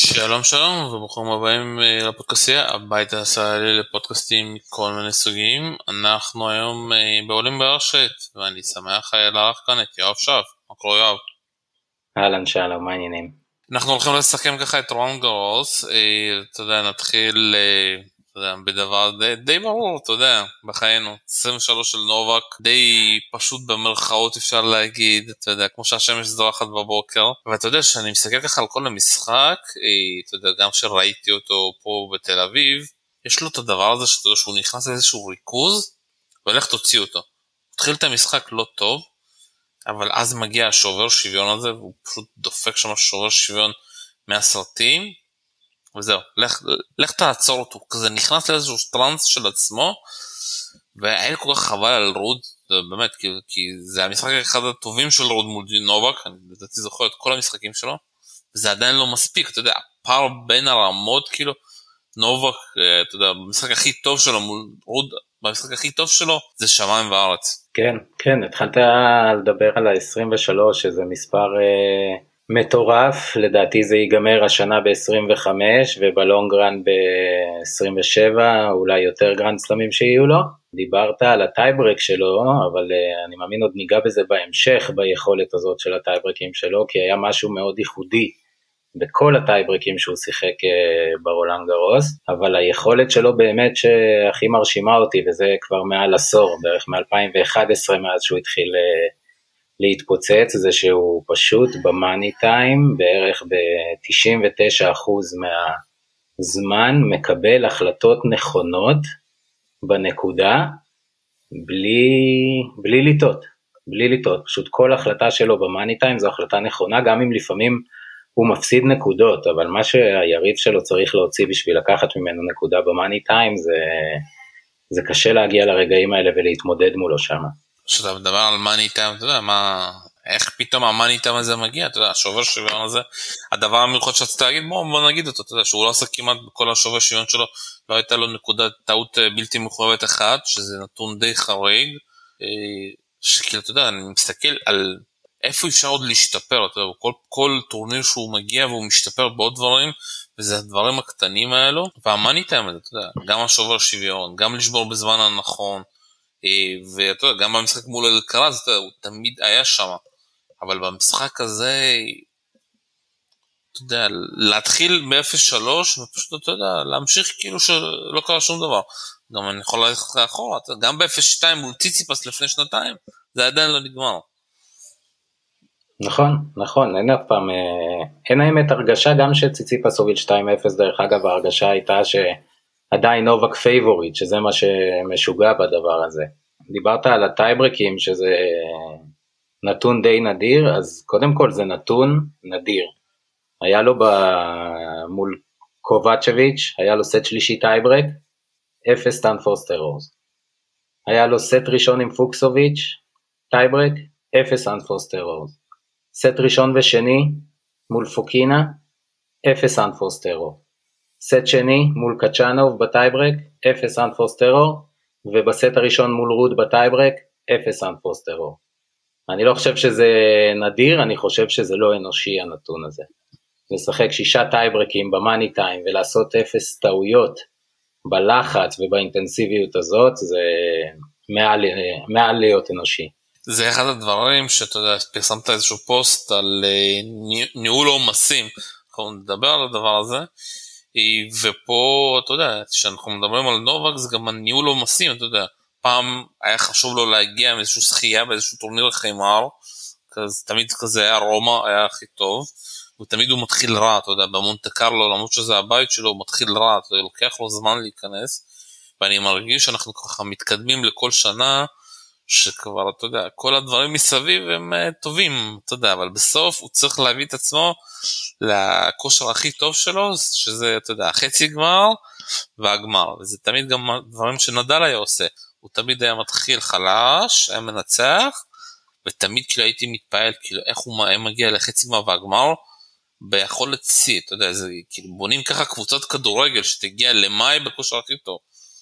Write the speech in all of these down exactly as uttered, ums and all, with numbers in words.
שלום שלום וברוכים הבאים לפודקאסטייה, הבית הישראלי לפודקאסטים מכל מיני סוגים. אנחנו היום בעולים ברשת ואני שמח לארח כאן את יואב שף. מה קורה יואב? אהלן שלום, מה העניינים? אנחנו הולכים לסכם ככה את רולנד גארוס. אתה יודע, נתחיל אתה יודע, בדבר די, די ברור, אתה יודע, בחיינו עשרים ושלוש של נובק, די פשוט במרכאות אפשר להגיד, אתה יודע, כמו שהשמש זורחת בבוקר. ואתה יודע שאני מסתכל ככה על כל המשחק, אתה יודע, גם שראיתי אותו פה בתל אביב, יש לו את הדבר הזה שאתה יודע, שהוא נכנס לאיזשהו ריכוז והולך תוציא אותו. התחיל את המשחק לא טוב, אבל אז מגיע השובר שוויון הזה, והוא פשוט דופק שם שובר שוויון מהסרטים, וזהו, לך, לך תעצור אותו, כזה נכנס לאיזשהו טרנס של עצמו, והיה לי כל כך חבל על רוד, באמת, כי, כי זה המשחק אחד הטובים של רוד מול נובק, אני לדעתי זוכר את כל המשחקים שלו, וזה עדיין לא מספיק, אתה יודע, הפער בין הרמות, כאילו, נובק, אתה יודע, במשחק הכי טוב שלו מול רוד, במשחק הכי טוב שלו, זה שמיים וארץ. כן, כן, התחלת לדבר על ה-עשרים ושלוש, שזה מספר אה, מטורף, לדעתי זה ייגמר השנה ב-עשרים וחמש, ובלונגרן ב-עשרים ושבע, אולי יותר גרנד סלמים שיהיו לו. דיברת על הטייברק שלו, אבל אה, אני מאמין עוד ניגע בזה בהמשך, ביכולת הזאת של הטייברקים שלו, כי היה משהו מאוד ייחודי, בכל הטייברקים שהוא שיחק ברולנד גארוס, אבל היכולת שלו באמת שהכי מרשימה אותי, וזה כבר מעל עשור, בערך מ-אלפיים ואחת עשרה מאז שהוא התחיל להתפוצץ, זה שהוא פשוט במאני טיים, בערך ב-תשעים ותשעה אחוז מהזמן, מקבל החלטות נכונות בנקודה, בלי, בלי לטעות, בלי לטעות, פשוט כל החלטה שלו במאני טיים זו החלטה נכונה, גם אם לפעמים הוא מפסיד נקודות, אבל מה שהיריב שלו צריך להוציא בשביל לקחת ממנו נקודה במאני טיים, זה, זה קשה להגיע לרגעים האלה ולהתמודד מולו שם. כשאתה מדבר על מאני טיים, אתה יודע, מה, איך פתאום המאני טיים הזה מגיע, אתה יודע, השובר שוויון הזה, הדבר המיוחד שרציתי להגיד, בוא, בוא נגיד אותו, אתה יודע, שהוא לא עשה כמעט בכל השובר שוויון שלו, לא הייתה לו נקודת טעות בלתי מחויבת אחת, שזה נתון די חריג, שכאילו, אתה יודע, אני מסתכל על איפה אפשר עוד להשתפר, אתה יודע, כל, כל טורניר שהוא מגיע והוא משתפר בעוד דברים, וזה הדברים הקטנים האלו, והמאני טיים הזה, אתה יודע, גם השובר שוויון, גם לשבור בזמן הנכון, ואתה יודע, גם במשחק מול אלקרז, אתה יודע, הוא תמיד היה שם, אבל במשחק הזה, אתה יודע, להתחיל ב-אפס שלוש, ופשוט, אתה יודע, להמשיך כאילו שלא קרה שום דבר. גם אני יכול ללכת לאחורה, גם ב-אפס שתיים מול ציציפס לפני שנתיים, זה עדיין לא נגמר. נכון, נכון, אין אף פעם, אין האמת הרגשה, גם שציציפס הוביל שתיים אפס, דרך אגב, ההרגשה הייתה שעדיין נובק פייבוריט, שזה מה שמשוגע בדבר הזה. דיברת על הטייברקים, שזה נתון די נדיר, אז קודם כל זה נתון נדיר. היה לו מול קובצ'ביץ', היה לו סט שלישי טייברק, אפס סטנפורסט ארורס. היה לו סט ראשון עם פוקסוביץ', טייברק, אפס סטנפורסט ארורס. סט ראשון ושני מול פוקינה, אפס אנפורסט טרור. סט שני מול קצ'אנוב בטייברק, אפס אנפורסט טרור, ובסט הראשון מול רוד בטייברק, אפס אנפורסט טרור. אני לא חושב שזה נדיר, אני חושב שזה לא אנושי הנתון הזה. לשחק שישה טייברקים במאני טיים, ולעשות אפס טעויות בלחץ ובאינטנסיביות הזאת, זה מעל, מעל להיות אנושי. זה אחד הדברים שאתה יודע, פרסמת איזשהו פוסט על ניהול עומסים, אנחנו נדבר על הדבר הזה, ופה, אתה יודע, כשאנחנו מדברים על נובק, זה גם הניהול עומסים, אתה יודע, פעם היה חשוב לו להגיע עם איזשהו שחייה, באיזשהו טורניר חיימר, אז תמיד כזה היה רומא, היה הכי טוב, ותמיד הוא מתחיל רע, אתה יודע, במונטה קרלו, למרות שזה הבית שלו, הוא מתחיל רע, אתה יודע, לוקח לו זמן להיכנס, ואני מרגיש שאנחנו ככה מתקדמים לכל שנה, שכבר, אתה יודע, כל הדברים מסביב הם uh, טובים, אתה יודע, אבל בסוף הוא צריך להביא את עצמו לכושר הכי טוב שלו, שזה, אתה יודע, החצי גמר והגמר, וזה תמיד גם דברים שנדל היה עושה, הוא תמיד היה מתחיל חלש, היה מנצח, ותמיד כאילו הייתי מתפעל, כאילו איך הוא מגיע לחצי גמר והגמר, ביכולת C, אתה יודע, זה, כאילו בונים ככה קבוצת כדורגל, שתגיע למאי בכושר הכי טוב,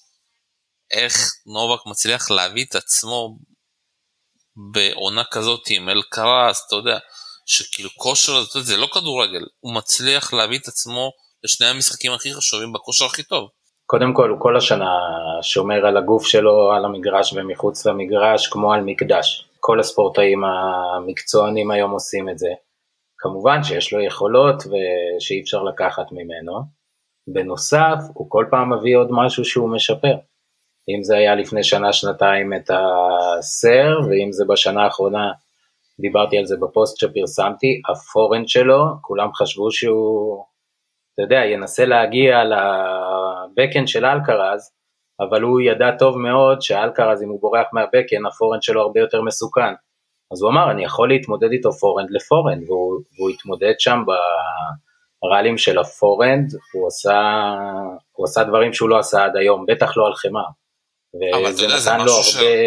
איך נובק מצליח להביא את עצמו בעונה כזאת עם אלקרז, אתה יודע, שכאילו כושר, זה לא כדורגל, הוא מצליח להביא את עצמו לשני המשחקים הכי חשובים בכושר הכי טוב. קודם כל, הוא כל השנה שומר על הגוף שלו, על המגרש ומחוץ למגרש, כמו על מקדש. כל הספורטאים המקצוענים היום עושים את זה. כמובן שיש לו יכולות ושאי אפשר לקחת ממנו. בנוסף, הוא כל פעם מביא עוד משהו שהוא משפר. אם זה היה לפני שנה, שנתיים את הסר, ואם זה בשנה האחרונה, דיברתי על זה בפוסט שפרסמתי, הפורנד שלו, כולם חשבו שהוא, אתה יודע, ינסה להגיע לבקן של אלקרז, אבל הוא ידע טוב מאוד שאלקרז, אם הוא בורח מהבקן, הפורנד שלו הרבה יותר מסוכן. אז הוא אמר, אני יכול להתמודד איתו פורנד לפורנד, והוא, והוא התמודד שם בראלים של הפורנד, הוא עשה, הוא עשה דברים שהוא לא עשה עד היום, בטח לא על חמר. אבל אתה יודע, זה משהו, ש... הרבה...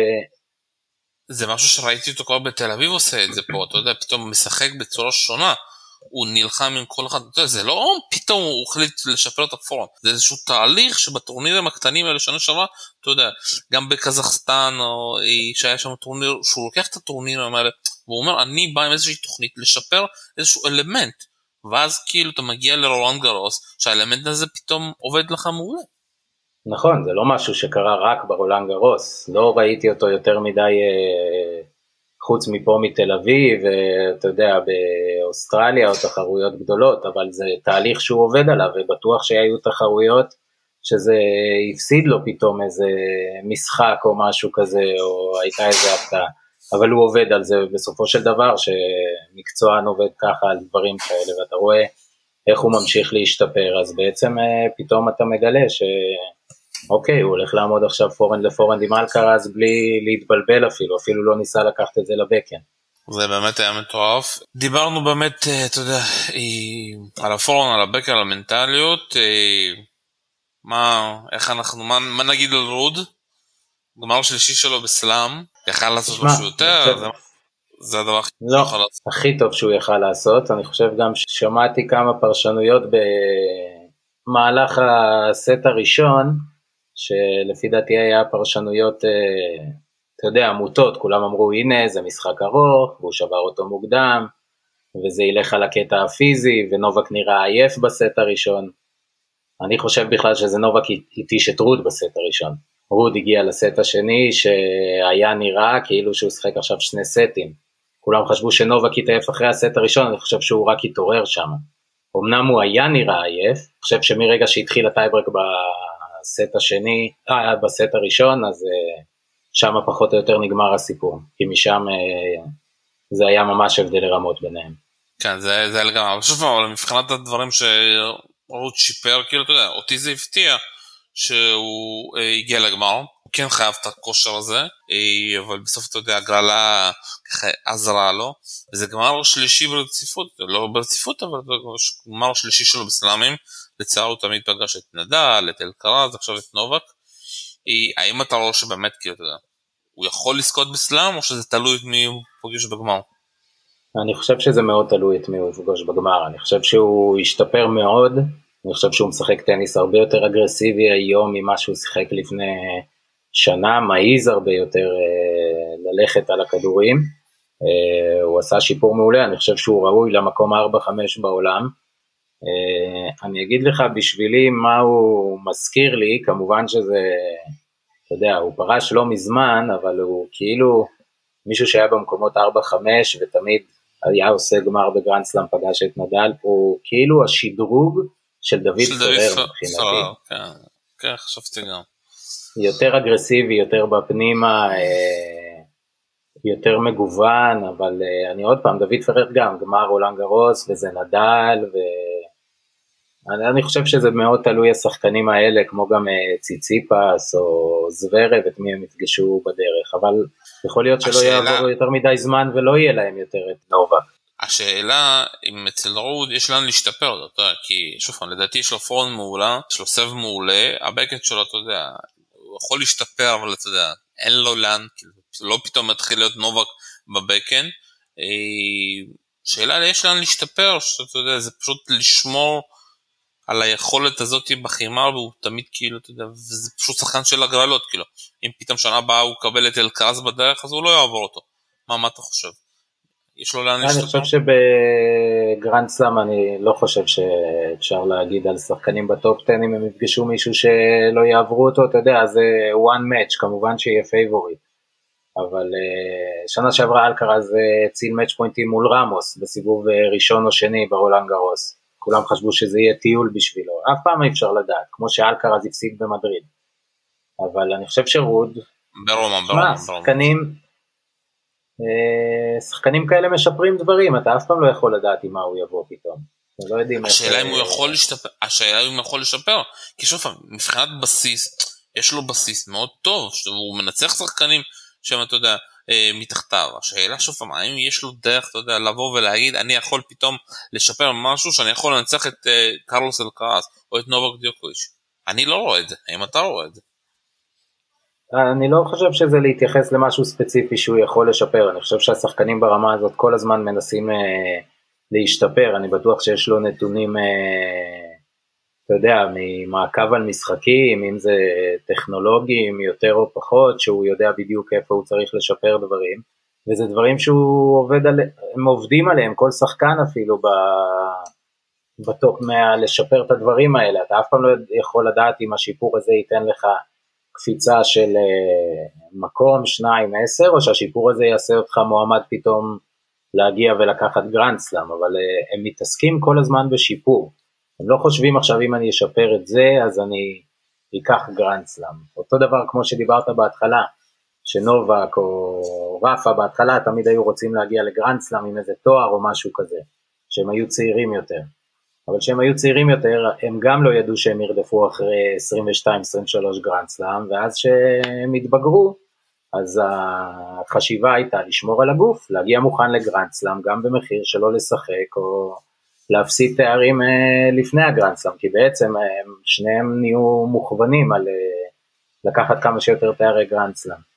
זה משהו שראיתי אותו כבר בתל אביב עושה את זה פה, אתה יודע, פתאום משחק בצורה שונה, הוא נלחם עם כל אחד, אתה יודע, זה לא פתאום הוא החליט לשפר את הפורום, זה איזשהו תהליך שבטורנירים הקטנים האלה שנה שווה, אתה יודע, גם בקזחסטן, או שהיה שם טורניר, שהוא לוקח את הטורנירים האלה, והוא אומר, אני בא עם איזושהי תוכנית לשפר איזשהו אלמנט, ואז כאילו אתה מגיע לרולנד גרוס, שהאלמנט הזה פתאום עובד לך מעולה. נכון, זה לא משהו שקרה רק ברולנד גרוס, לא ראיתי אותו יותר מדי אה, חוץ מפה מתל אביב, ואתה יודע, באוסטרליה או תחרויות גדולות, אבל זה תהליך שהוא עובד עליו, ובטוח שהיו תחרויות שזה הפסיד לו פתאום איזה משחק או משהו כזה, או הייתה איזה הפתעה, אבל הוא עובד על זה, ובסופו של דבר שמקצוען עובד ככה על דברים כאלה, ואתה רואה איך הוא ממשיך להשתפר, אז בעצם פתאום אתה מגלה ש... אוקיי, הוא הולך לעמוד עכשיו פורנד לפורנד עם אלקרז בלי להתבלבל אפילו, אפילו לא ניסה לקחת את זה לבקן. זה באמת היה מטורף. דיברנו באמת, אתה יודע, על הפורנד, על הבקן, על המנטליות, מה, איך אנחנו, מה, מה נגיד על רוד? גמר שלישי שלו בסלאם, יכל לעשות משהו יותר, זה, זה הדבר הכי לא, טוב שיכול לעשות. הכי טוב שהוא יכל לעשות, אני חושב גם ששמעתי כמה פרשנויות במהלך הסט הראשון, שלפי דעתי היה פרשנויות, אתה יודע, עמותות, כולם אמרו, הנה זה משחק ארוך, והוא שבר אותו מוקדם, וזה ילך על הקטע הפיזי, ונובק נראה עייף בסט הראשון. אני חושב בכלל שזה נובק התיש את רוד בסט הראשון. רוד הגיע לסט השני, שהיה נראה כאילו שהוא שחק עכשיו שני סטים. כולם חשבו שנובק יתעייף אחרי הסט הראשון, אני חושב שהוא רק יתעורר שם. אמנם הוא היה נראה עייף, אני חושב שמרגע שהתחיל הטייברק בסט השני, אה, בסט הראשון, אז uh, שם פחות או יותר נגמר הסיפור, כי משם uh, זה היה ממש הבדל לרמות ביניהם. כן, זה, זה לגמרי, אבל שוב, אבל מבחינת הדברים שרוד שיפר, כאילו, אתה יודע, אותי זה הפתיע שהוא uh, הגיע לגמר, הוא כן חייב את הכושר הזה, uh, אבל בסוף, אתה יודע, הגרלה ככה עזרה לו, וזה גמר שלישי ברציפות, לא ברציפות, אבל גמר שלישי שלו בסלאמים, לצער הוא תמיד פגש את נדל, את אלקרז, עכשיו את נובק. האם אתה רואה שבאמת, כאילו, אתה יודע, הוא יכול לזכות בסלאם, או שזה תלוי את מי הוא פוגש בגמר? אני חושב שזה מאוד תלוי את מי הוא פוגש בגמר, אני חושב שהוא השתפר מאוד, אני חושב שהוא משחק טניס הרבה יותר אגרסיבי היום, ממה שהוא שיחק לפני שנה, מעיז הרבה יותר ללכת על הכדורים, הוא עשה שיפור מעולה, אני חושב שהוא ראוי למקום ארבע חמש בעולם, אני אגיד לך בשבילי מה הוא מזכיר לי, כמובן שזה, אתה יודע, הוא פרש לא מזמן, אבל הוא כאילו מישהו שהיה במקומות ארבע חמש ותמיד היה עושה גמר בגרנד-סלאם, פגש את נדל, הוא כאילו השדרוג של דוד פרר מבחינתי. כן, כן, חשבתי גם. יותר אגרסיבי, יותר בפנימה, יותר מגוון, אבל אני עוד פעם, דוד פרר גם, גמר רולנד גרוס, וזה נדל, ו... אני חושב שזה מאוד תלוי השחקנים האלה, כמו גם ציציפס או זוורב, את מי הם יפגשו בדרך, אבל יכול להיות שלא השאלה... יעבור יותר מדי זמן, ולא יהיה להם יותר את נובק. השאלה, אם אצל רוד יש לנו להשתפר, אתה יודע, כי שוב, לדעתי יש לו פורן מעולה, יש לו סב מעולה, הבקט שלו, אתה יודע, הוא יכול להשתפר, אבל אתה יודע, אין לו לאן, כאילו, לא פתאום מתחיל להיות נובק בבקן, שאלה, יש לנו להשתפר, שאתה יודע, זה פשוט לשמור על היכולת הזאת בחימר, והוא תמיד כאילו, אתה יודע, וזה פשוט שחקן של הגרלות, כאילו, אם פתאום שנה הבאה הוא קבל את אלקרז בדרך, אז הוא לא יעבור אותו. מה, מה אתה חושב? יש לו לאן אני להשתפר? חושב שבגרנד סלאם אני לא חושב שאפשר להגיד על שחקנים בטופ עשר אם הם יפגשו מישהו שלא יעברו אותו, אתה יודע, זה one match, כמובן שיהיה פייבוריט, אבל שנה שעברה אלקרז הציל מאץ' פוינטים מול רמוס, בסיבוב ראשון או שני ברולאן גארוס, כולם חשבו שזה יהיה טיול בשבילו, אף פעם אי אפשר לדעת, כמו שאלקרז הפסיד במדריד, אבל אני חושב שרוד, ברומא, ברומא, שחקנים, שחקנים כאלה משפרים דברים, אתה אף פעם לא יכול לדעת עם מה הוא יבוא פתאום. לא יודעים השאלה אם הוא יכול להשתפר, השאלה אם הוא יכול לשפר, כי שוב, מבחינת בסיס, יש לו בסיס מאוד טוב, הוא מנצח שחקנים שהם, אתה יודע, מתחתיו. השאלה שוב, האם יש לו דרך, אתה יודע, לבוא ולהגיד, אני יכול פתאום לשפר משהו, שאני יכול לנצח את קרלוס אלקרז, או את נובק דיוקוביץ'. אני לא רואה את זה, האם אתה רואה את זה? אני לא חושב שזה להתייחס למשהו ספציפי שהוא יכול לשפר, אני חושב שהשחקנים ברמה הזאת כל הזמן מנסים אה, להשתפר, אני בטוח שיש לו נתונים, אה, אתה יודע, ממעקב על משחקים, אם זה טכנולוגיים יותר או פחות, שהוא יודע בדיוק איפה הוא צריך לשפר דברים, וזה דברים שהוא עובד על, הם עובדים עליהם, כל שחקן אפילו ב, בטופ מאה לשפר את הדברים האלה, אתה אף פעם לא יכול לדעת אם השיפור הזה ייתן לך, קפיצה של מקום, שניים, עשר, או שהשיפור הזה יעשה אותך מועמד פתאום להגיע ולקחת גרנד סלאם, אבל הם מתעסקים כל הזמן בשיפור, הם לא חושבים עכשיו אם אני אשפר את זה, אז אני אקח גרנד סלאם, אותו דבר כמו שדיברת בהתחלה, שנובק או רפה בהתחלה תמיד היו רוצים להגיע לגרנד סלאם עם איזה תואר או משהו כזה, שהם היו צעירים יותר, אבל כשהם היו צעירים יותר, הם גם לא ידעו שהם ירדפו אחרי עשרים ושתיים עשרים ושלוש גרנד סלאם, ואז שהם התבגרו, אז החשיבה הייתה לשמור על הגוף, להגיע מוכן לגרנד סלאם, גם במחיר שלא לשחק, או להפסיד תארים לפני הגרנד סלאם, כי בעצם שניהם נהיו מוכוונים על לקחת כמה שיותר תארי גרנד סלאם.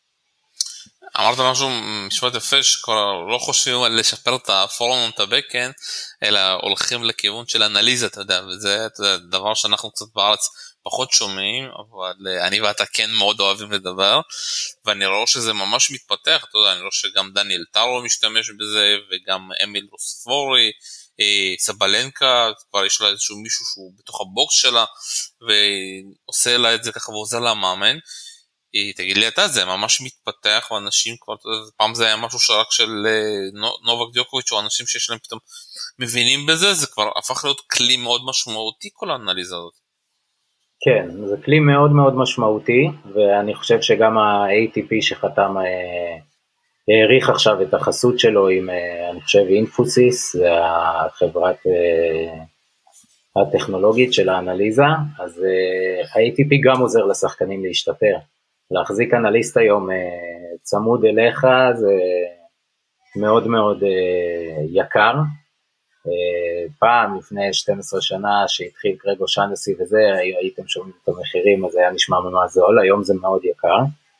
אמרת משהו משפט יפה שכבר לא חושבים על לשפר את הפורום את הבקן, אלא הולכים לכיוון של אנליזה, אתה יודע, וזה אתה יודע, דבר שאנחנו קצת בארץ פחות שומעים, אבל אני ואתה כן מאוד אוהבים לדבר, ואני רואה שזה ממש מתפתח, אתה יודע, אני רואה שגם דניאל טארו משתמש בזה, וגם אמיל רוספורי, סבלנקה, כבר יש לה איזשהו מישהו שהוא בתוך הבוקס שלה, ועושה לה את זה ככה ועוזר לה מאמן, תגיד לי אתה, זה ממש מתפתח, ואנשים כבר, פעם זה היה משהו שרק של נובק דיוקוביץ', או אנשים שיש להם פתאום מבינים בזה, זה כבר הפך להיות כלי מאוד משמעותי כל האנליזה הזאת. כן, זה כלי מאוד מאוד משמעותי, ואני חושב שגם ה-איי טי פי שחתם העריך עכשיו את החסות שלו עם, אני חושב, אינפוסיס, זה החברת הטכנולוגית של האנליזה, אז ה-איי טי פי גם עוזר לשחקנים להשתפר. להחזיק אנליסט היום צמוד אליך זה מאוד מאוד יקר, פעם לפני שתים עשרה שנה שהתחיל קרגו שנדסי וזה, הייתם שומעים את המחירים, אז היה נשמע ממש זול, היום זה מאוד יקר,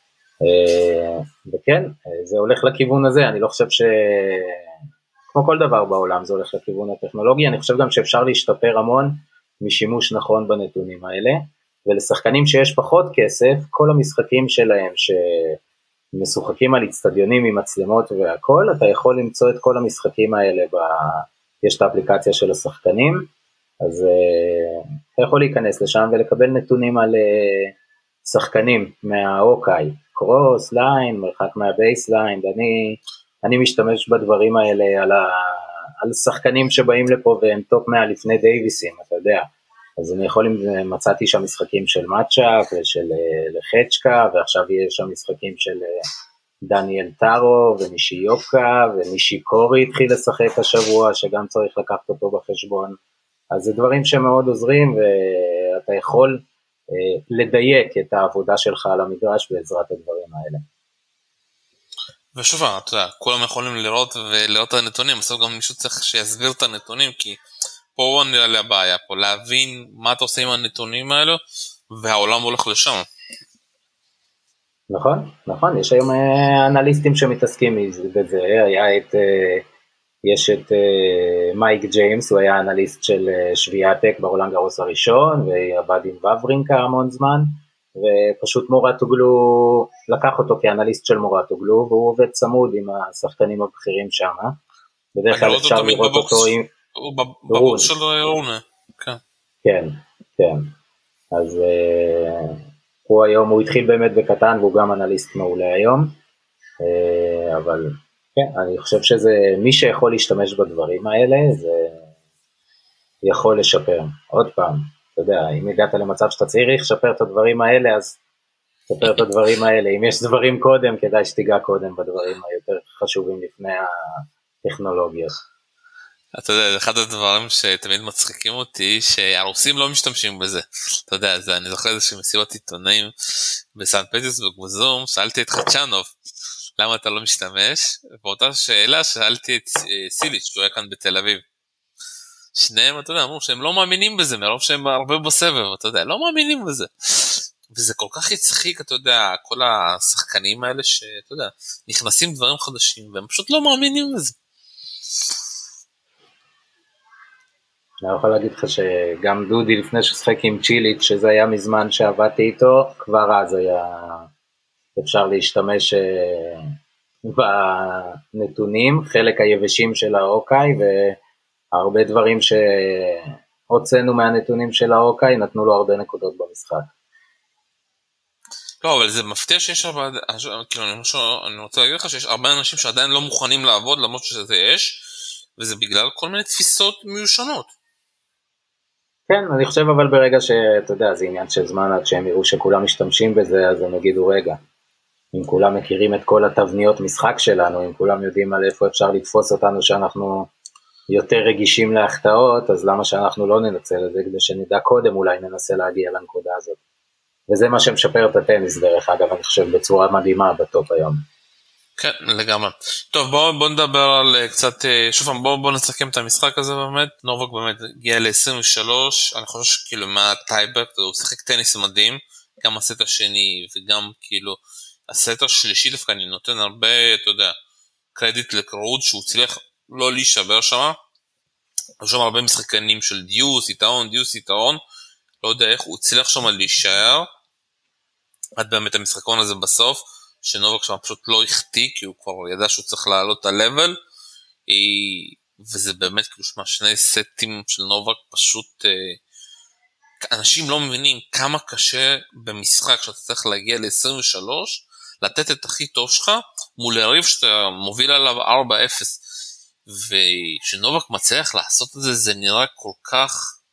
וכן, זה הולך לכיוון הזה, אני לא חושב ש... כמו כל דבר בעולם זה הולך לכיוון הטכנולוגי, אני חושב גם שאפשר להשתפר המון משימוש נכון בנתונים האלה, ולשחקנים שיש פחות כסף, כל המשחקים שלהם שמשוחקים על אצטדיונים עם מצלמות והכל, אתה יכול למצוא את כל המשחקים האלה, ב... יש את האפליקציה של השחקנים, אז uh, אתה יכול להיכנס לשם ולקבל נתונים על uh, שחקנים מהאוקיי, קרוס, ליין, מרחק מהבייסליין, ואני אני משתמש בדברים האלה על, ה... על שחקנים שבאים לפה והם טופ מאה לפני דייביסים, אתה יודע, אז אני יכול, מצאתי שם משחקים של מאצ'אפ ושל לחצ'קה, ועכשיו יש שם משחקים של דניאל טארו ונישיוקה, ונישיקורי התחיל לשחק השבוע, שגם צריך לקחת אותו בחשבון, אז זה דברים שמאוד עוזרים, ואתה יכול לדייק את העבודה שלך על המגרש בעזרת הדברים האלה. ושוב, אתה יודע, כולם יכולים לראות ולראות את הנתונים, בסוף גם מישהו צריך שיסביר את הנתונים, כי פה נראה לי הבעיה, פה להבין מה אתה עושה עם הנתונים האלו, והעולם הולך לשם. נכון, נכון, יש היום אנליסטים שמתעסקים בזה, היה את, יש את מייק ג'יימס, הוא היה אנליסט של שוויאטק ברולאן גארוס הראשון, ועבד עם וברינקה המון זמן, ופשוט מורטוגלו לקח אותו כאנליסט של מורטוגלו, והוא עובד צמוד עם השחקנים הבכירים שם. בדרך כלל אפשר לראות אותו עם... הוא בבוקס של רונה. כן, כן. אז uh, הוא היום, הוא התחיל באמת בקטן, והוא גם אנליסט מעולה היום. Uh, אבל כן, אני חושב שזה, מי שיכול להשתמש בדברים האלה, זה יכול לשפר. עוד פעם, אתה יודע, אם הגעת למצב שאתה צריך לשפר את הדברים האלה, אז לשפר את הדברים האלה. אם יש דברים קודם, כדאי שתיגע קודם בדברים היותר חשובים לפני הטכנולוגיות. אתה יודע, אחד הדברים שתמיד מצחיקים אותי, שהרוסים לא משתמשים בזה. אתה יודע, זה, אני זוכר איזושהי מסיבת עיתונאים בסן פטרסבורג בזום, שאלתי את חדשנוב, למה אתה לא משתמש? באותה שאלה שאלתי את סיליץ', שהוא היה כאן בתל אביב. שניהם, אתה יודע, אמרו שהם לא מאמינים בזה, מרוב שהם הרבה בסבב, אתה יודע, לא מאמינים בזה. וזה כל כך יצחיק, אתה יודע, כל השחקנים האלה שאתה יודע, נכנסים דברים חדשים, והם פשוט לא מאמינים בזה. אני יכול להגיד לך שגם דודי לפני ששחק עם צ'יליץ', שזה היה מזמן שעבדתי איתו, כבר אז היה אפשר להשתמש בנתונים, חלק היבשים של האוקיי, והרבה דברים שהוצאנו מהנתונים של האוקיי, נתנו לו הרבה נקודות במשחק. לא, אבל זה מפתיע שיש הרבה, כאילו אני רוצה להגיד לך שיש הרבה אנשים שעדיין לא מוכנים לעבוד, למרות שזה יש, וזה בגלל כל מיני תפיסות מיושנות. כן, אני חושב אבל ברגע שאתה יודע, זה עניין של זמן עד שהם יראו שכולם משתמשים בזה, אז הם יגידו רגע, אם כולם מכירים את כל התבניות משחק שלנו, אם כולם יודעים על איפה אפשר לתפוס אותנו שאנחנו יותר רגישים להחטאות, אז למה שאנחנו לא ננצל את זה, כדי שנדע קודם אולי ננסה להגיע לנקודה הזאת. וזה מה שמשפר את הטניס דרך אגב, אני חושב בצורה מדהימה בטופ היום. כן, לגמרי. טוב, בואו בוא נדבר על קצת, שוב פעם, בואו בוא נסכם את המשחק הזה באמת. נובק באמת הגיע ל-עשרים ושלוש, אני חושב שכאילו מהטייבק, הוא שחק טניס מדהים, גם הסט השני וגם כאילו, הסט השלישי דווקא אני נותן הרבה, אתה יודע, קרדיט לקרוד, שהוא הצליח לא להישבר שם, יש שם הרבה משחקנים של דיוס, יתרון, דיוס, יתרון, לא יודע איך, הוא הצליח שם להישאר, עד באמת המשחקון הזה בסוף, שנובק שם פשוט לא החטיא, כי הוא כבר ידע שהוא צריך לעלות את הלבל, וזה באמת כאילו שמה שני סטים של נובק, פשוט אנשים לא מבינים כמה קשה במשחק שאתה צריך להגיע ל-עשרים ושלוש, לתת את הכי טוב שלך, מול יריב שאתה מוביל עליו ארבע אפס, ושנובק מצליח לעשות את זה, זה נראה כל כך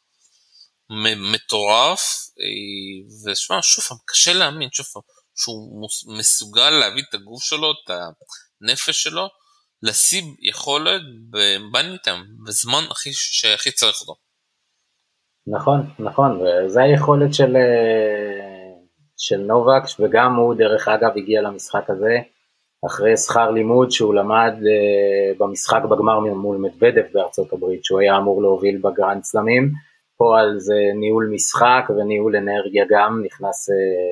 מטורף, ושמה שוב פעם, קשה להאמין, שוב פעם, שהוא מסוגל להביא את הגוף שלו, את הנפש שלו, לשים יכולת בבניתם, בזמן הכי, שהכי צריך אותו. נכון, נכון, וזה היכולת של, של נובק, וגם הוא דרך אגב הגיע למשחק הזה, אחרי שכר לימוד שהוא למד במשחק בגמר מול מדוודב בארצות הברית, שהוא היה אמור להוביל בגרנד סלמים, פה על זה ניהול משחק וניהול אנרגיה גם נכנס...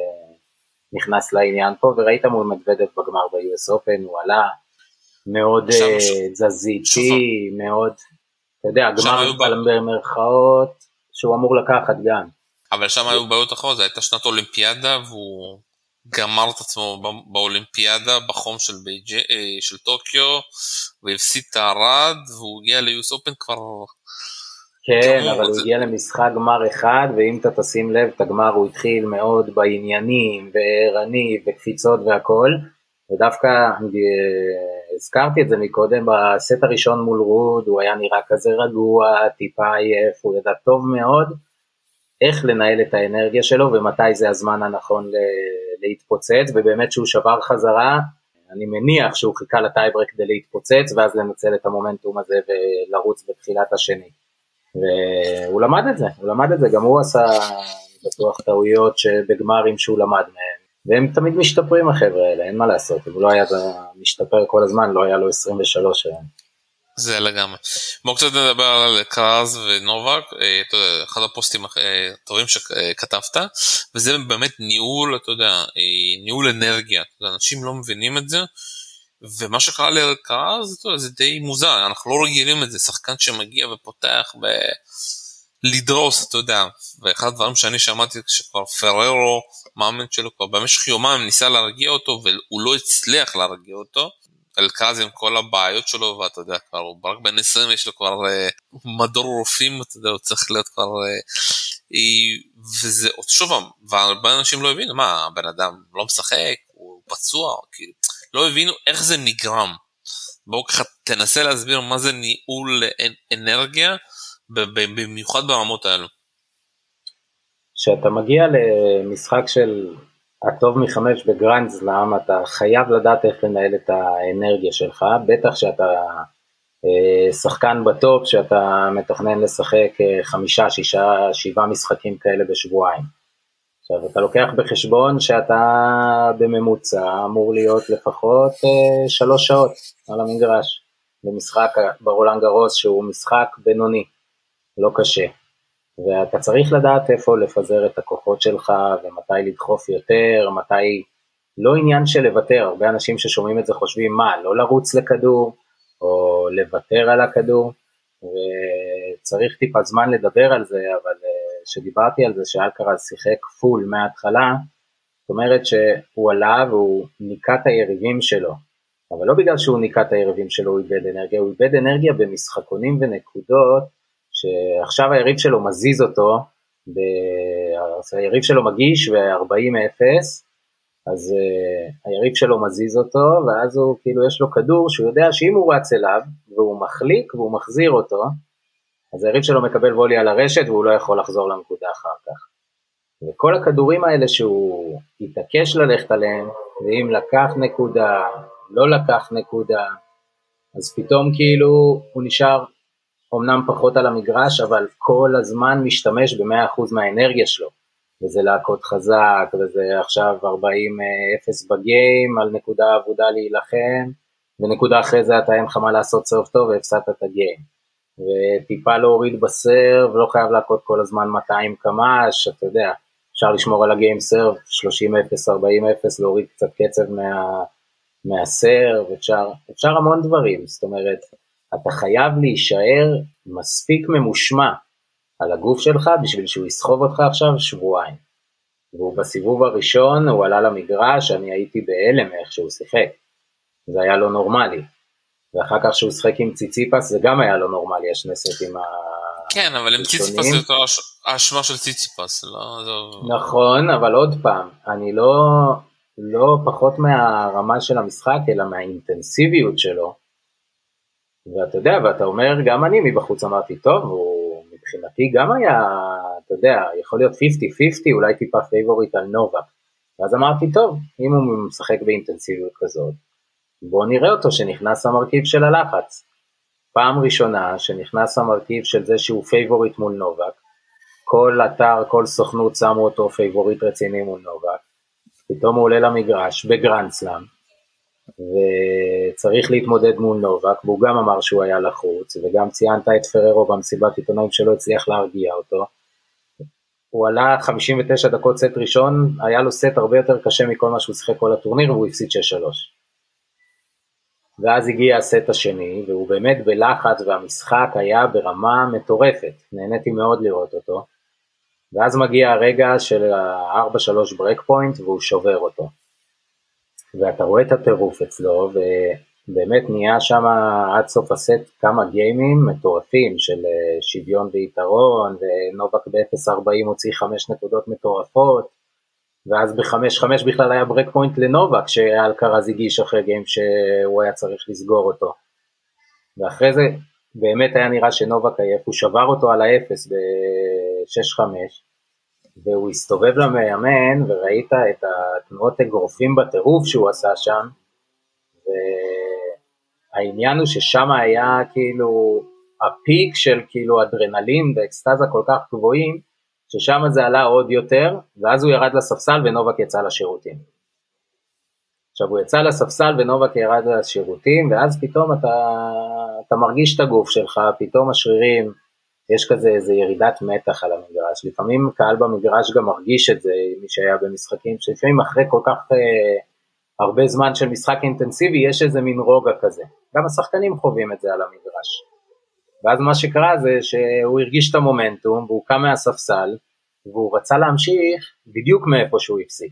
נכנס לעניין פה, וראית מול מדוודב בגמר ב-יו אס Open, הוא עלה מאוד תזזיתי, מאוד, אתה יודע, גמר במרכאות, שהוא אמור לקחת גם. אבל שם היו בעיות אחרות, זו הייתה שנת אולימפיאדה, והוא גמר את עצמו באולימפיאדה, בחום של, בייג'... של טוקיו, והפסיד את הערד, והוא הגיע ל-יו אס Open כבר... כן, אבל הוא הגיע למשחק גמר אחד, ואם אתה תשים לב, את הגמר הוא התחיל מאוד בעניינים, וערני, וקפיצות והכל, ודווקא הזכרתי את זה מקודם, בסט הראשון מול רוד, הוא היה נראה כזה רגוע, טיפה עייף, הוא ידע טוב מאוד, איך לנהל את האנרגיה שלו, ומתי זה הזמן הנכון להתפוצץ, ובאמת שהוא שבר חזרה, אני מניח שהוא חיכה לטייברק כדי להתפוצץ, ואז לנצל את המומנטום הזה, ולרוץ בתחילת השני. והוא למד את זה, הוא למד את זה, גם הוא עשה בטוח טעויות שבגמרים שהוא למד מהם, והם תמיד משתפרים החבר'ה האלה, אין מה לעשות, אם הוא לא היה משתפר כל הזמן, לא היה לו עשרים ושלוש היום. זה לגמרי. בואו קצת נדבר על קרז ונובק, אתה יודע, אחד הפוסטים הטובים שכתבת, וזה באמת ניהול, אתה יודע, ניהול אנרגיה, אנשים לא מבינים את זה, ומה שקרה לקרז, זה די מוזר, אנחנו לא רגילים את זה, שחקן שמגיע ופותח ב... לדרוס, אתה יודע, ואחד הדברים שאני שמעתי כשכבר פררו, מאמן שלו כבר במשך יומיים ניסה להרגיע אותו, והוא לא הצליח להרגיע אותו, אלקרז עם כל הבעיות שלו, ואתה יודע, כבר הוא רק בן עשרים, יש לו כבר uh, מדור רופאים, אתה יודע, הוא צריך להיות כבר, uh, וזה, שוב, והרבה אנשים לא הבינו, מה, הבן אדם לא משחק, הוא פצוע, כאילו, לא הבינו איך זה נגרם. בואו ככה תנסה להסביר מה זה ניהול אנרגיה, במיוחד ברמות האלו. כשאתה מגיע למשחק של הטוב מחמש בגרנד סלאם, אתה חייב לדעת איך לנהל את האנרגיה שלך, בטח שאתה שחקן בטופ, שאתה מתכנן לשחק חמישה, שישה, שבעה משחקים כאלה בשבועיים. עכשיו אתה לוקח בחשבון שאתה בממוצע אמור להיות לפחות שלוש שעות על המגרש, במשחק ברולאן גארוס שהוא משחק בינוני, לא קשה. ואתה צריך לדעת איפה לפזר את הכוחות שלך, ומתי לדחוף יותר, מתי, לא עניין של לוותר, הרבה אנשים ששומעים את זה חושבים, מה, לא לרוץ לכדור, או לוותר על הכדור, וצריך טיפה זמן לדבר על זה, אבל שדיברתי על זה שאלקרז שיחק פול מההתחלה, זאת אומרת שהוא עלה והוא ניקה את היריבים שלו, אבל לא בגלל שהוא ניקה את היריבים שלו הוא איבד אנרגיה, הוא איבד אנרגיה במשחקונים ונקודות, שעכשיו היריב שלו מזיז אותו, ב... היריב שלו מגיש ו-ארבעים אפס, אז uh, היריב שלו מזיז אותו, ואז הוא כאילו יש לו כדור שהוא יודע שאם הוא רץ אליו, והוא מחליק והוא מחזיר אותו, אז היריב שלו מקבל וולי על הרשת, והוא לא יכול לחזור לנקודה אחר כך. וכל הכדורים האלה שהוא יתעקש ללכת עליהם, ואם לקח נקודה, לא לקח נקודה, אז פתאום כאילו הוא נשאר, אמנם פחות על המגרש, אבל כל הזמן משתמש ב-מאה אחוז מהאנרגיה שלו, וזה להקות חזק, וזה עכשיו ארבעים אפס בגיים, על נקודה עבודה להילחם, ונקודה אחרי זה אתה אין לך מה לעשות סוף טוב, והפסדת את הגיים, וטיפה להוריד בסרב, ולא חייב להקות כל הזמן מאתיים קמ"ש, אתה יודע, אפשר לשמור על הגיים סרב, שלושים אפס, ארבעים אפס, להוריד קצת קצב מה, מהסרב, אפשר, אפשר המון דברים, זאת אומרת, אתה חייב להישאר מספיק ממושמע על הגוף שלך, בשביל שהוא יסחוב אותך עכשיו שבועיים. והוא בסיבוב הראשון, הוא עלה למגרש, אני הייתי בהלם איך שהוא שיחק. זה היה לא נורמלי. ואחר כך שהוא שיחק עם ציציפס, זה גם היה לא נורמלי, יש נסת עם ה... כן, אבל עם ציציפס זה יותר האשמה של ציציפס. לא... נכון, אבל עוד פעם, אני לא, לא פחות מהרמה של המשחק, אלא מהאינטנסיביות שלו. ואתה יודע, ואתה אומר, גם אני מבחוץ אמרתי, טוב, הוא מבחינתי גם היה, אתה יודע, יכול להיות חמישים חמישים, אולי טיפה פייבוריט על נובק. ואז אמרתי, טוב, אם הוא משחק באינטנסיביות כזאת, בוא נראה אותו שנכנס המרכיב של הלחץ. פעם ראשונה שנכנס המרכיב של זה שהוא פייבוריט מול נובק, כל אתר, כל סוכנות שמו אותו פייבוריט רציני מול נובק, פתאום הוא עולה למגרש בגרנד סלאם, וצריך להתמודד מול נובק, והוא גם אמר שהוא היה לחוץ, וגם ציינת את פררו במסיבת עיתונאים שלא הצליח להרגיע אותו. הוא עלה חמישים ותשע דקות סט ראשון, היה לו סט הרבה יותר קשה מכל מה שהוא שיחק כל הטורניר, והוא הפסיד שש שלוש. ואז הגיע הסט השני, והוא באמת בלחץ, והמשחק היה ברמה מטורפת, נהניתי מאוד לראות אותו, ואז מגיע הרגע של ה-ארבע שלוש ברק פוינט, והוא שובר אותו. ואתה רואה את הטירוף אצלו, ובאמת נהיה שם עד סוף הסט כמה גיימים מטורפים של שוויון ויתרון, ונובק ב-אפס ארבעים הוציא חמש נקודות מטורפות, ואז ב-חמש חמש בכלל היה ברק פוינט לנובק, שאלקרז הגיש אחרי גיים שהוא היה צריך לסגור אותו. ואחרי זה באמת היה נראה שנובק עייף, הוא שבר אותו על האפס ב-שש חמש, והוא הסתובב למאמן, וראית את התנועות אגרופים בטירוף שהוא עשה שם, והעניין הוא ששם היה כאילו הפיק של כאילו אדרנלין ואקסטאזה כל כך גבוהים, ששם זה עלה עוד יותר, ואז הוא ירד לספסל ונובק יצא לשירותים. עכשיו הוא יצא לספסל ונובק ירד לשירותים, ואז פתאום אתה, אתה מרגיש את הגוף שלך, פתאום השרירים, יש כזה איזה ירידת מתח על המגרש, לפעמים קהל במגרש גם מרגיש את זה, מי שהיה במשחקים, שלפעמים אחרי כל כך אה, הרבה זמן של משחק אינטנסיבי, יש איזה מין רוגע כזה, גם השחקנים חווים את זה על המגרש, ואז מה שקרה זה שהוא הרגיש את המומנטום, והוא קם מהספסל, והוא רצה להמשיך בדיוק מאיפה שהוא הפסיק.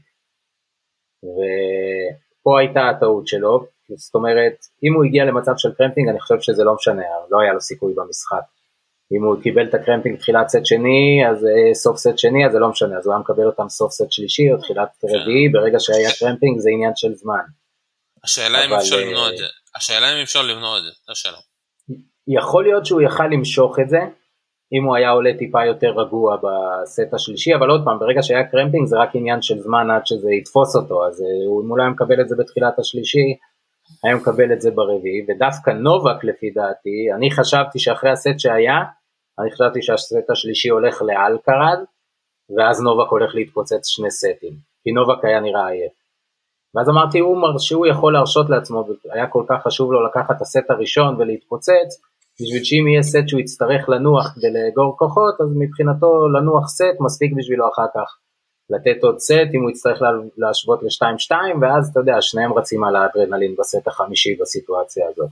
ופה הייתה הטעות שלו, זאת אומרת, אם הוא הגיע למצב של קרמפינג, אני חושב שזה לא משנה, לא היה לו סיכוי במשחק. אם הוא קיבל את הקרמפינג תחילת סט שני, אז סוף סט שני, אז זה לא משנה, אז הוא היה מקבל אותם סוף סט שלישי, או תחילת רביעי, ברגע שהיה קרמפינג זה עניין של זמן. השאלה אם אפשר למנוע את זה, השאלה אם אפשר למנוע את זה, זה השאלה. יכול להיות שהוא יכל למשוך את זה, אם הוא היה עולה טיפה יותר רגוע בסט השלישי, אבל עוד פעם, ברגע שהיה קרמפינג זה רק עניין של זמן עד שזה יתפוס אותו, אז הוא אולי מקבל את זה בתחילת השלישי, היה מקבל את זה ברביעי, ודווקא נובק לפי דעתי, אני חשבתי שאחרי הסט שהיה, אני חשבתי שהסט השלישי הולך לאלקרז, ואז נובק הולך להתפוצץ שני סטים, כי נובק היה נראה עייף. ואז אמרתי, הוא שהוא יכול להרשות לעצמו, היה כל כך חשוב לו לקחת את הסט הראשון ולהתפוצץ, בשביל שאם יהיה סט שהוא יצטרך לנוח כדי לאגור כוחות, אז מבחינתו לנוח סט מספיק בשבילו אחר כך לתת עוד סט, אם הוא יצטרך להשוות ל-שתיים שתיים, ואז אתה יודע, שניהם רצים על האדרנלין בסט החמישי בסיטואציה הזאת.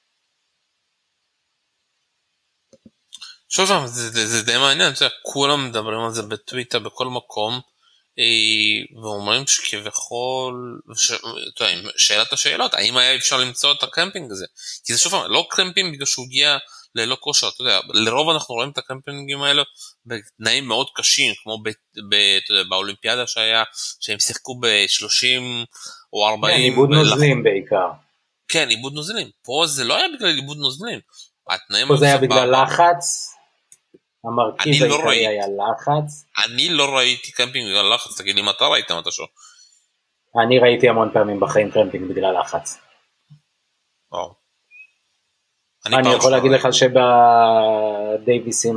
שוב פעם, זה, זה, זה די מעניין, זה, כולם מדברים על זה בטוויטר, בכל מקום, ואומרים שכביכול, ש... שאלת השאלות, האם היה אפשר למצוא את הקמפינג הזה? כי זה שוב פעם, לא קמפינג בגלל שהוא הגיע ללא כושר, אתה יודע, לרוב אנחנו רואים את הקמפינגים האלו בתנאים מאוד קשים, כמו ב... ב... אתה יודע, באולימפיאדה שהיה, שהם שיחקו ב-שלושים או ארבעים. כן, עיבוד נוזלים בעיקר. כן, עיבוד נוזלים. פה זה לא היה בגלל עיבוד נוזלים. פה זה היה בגלל לחץ. המרכיב העיקרי היה לחץ. אני לא ראיתי קמפינג בגלל לחץ, תגיד לי אם אתה ראית מתשהו. אני ראיתי המון פעמים בחיים קמפינג בגלל לחץ. וואו. אני יכול להגיד לך שבדייביסים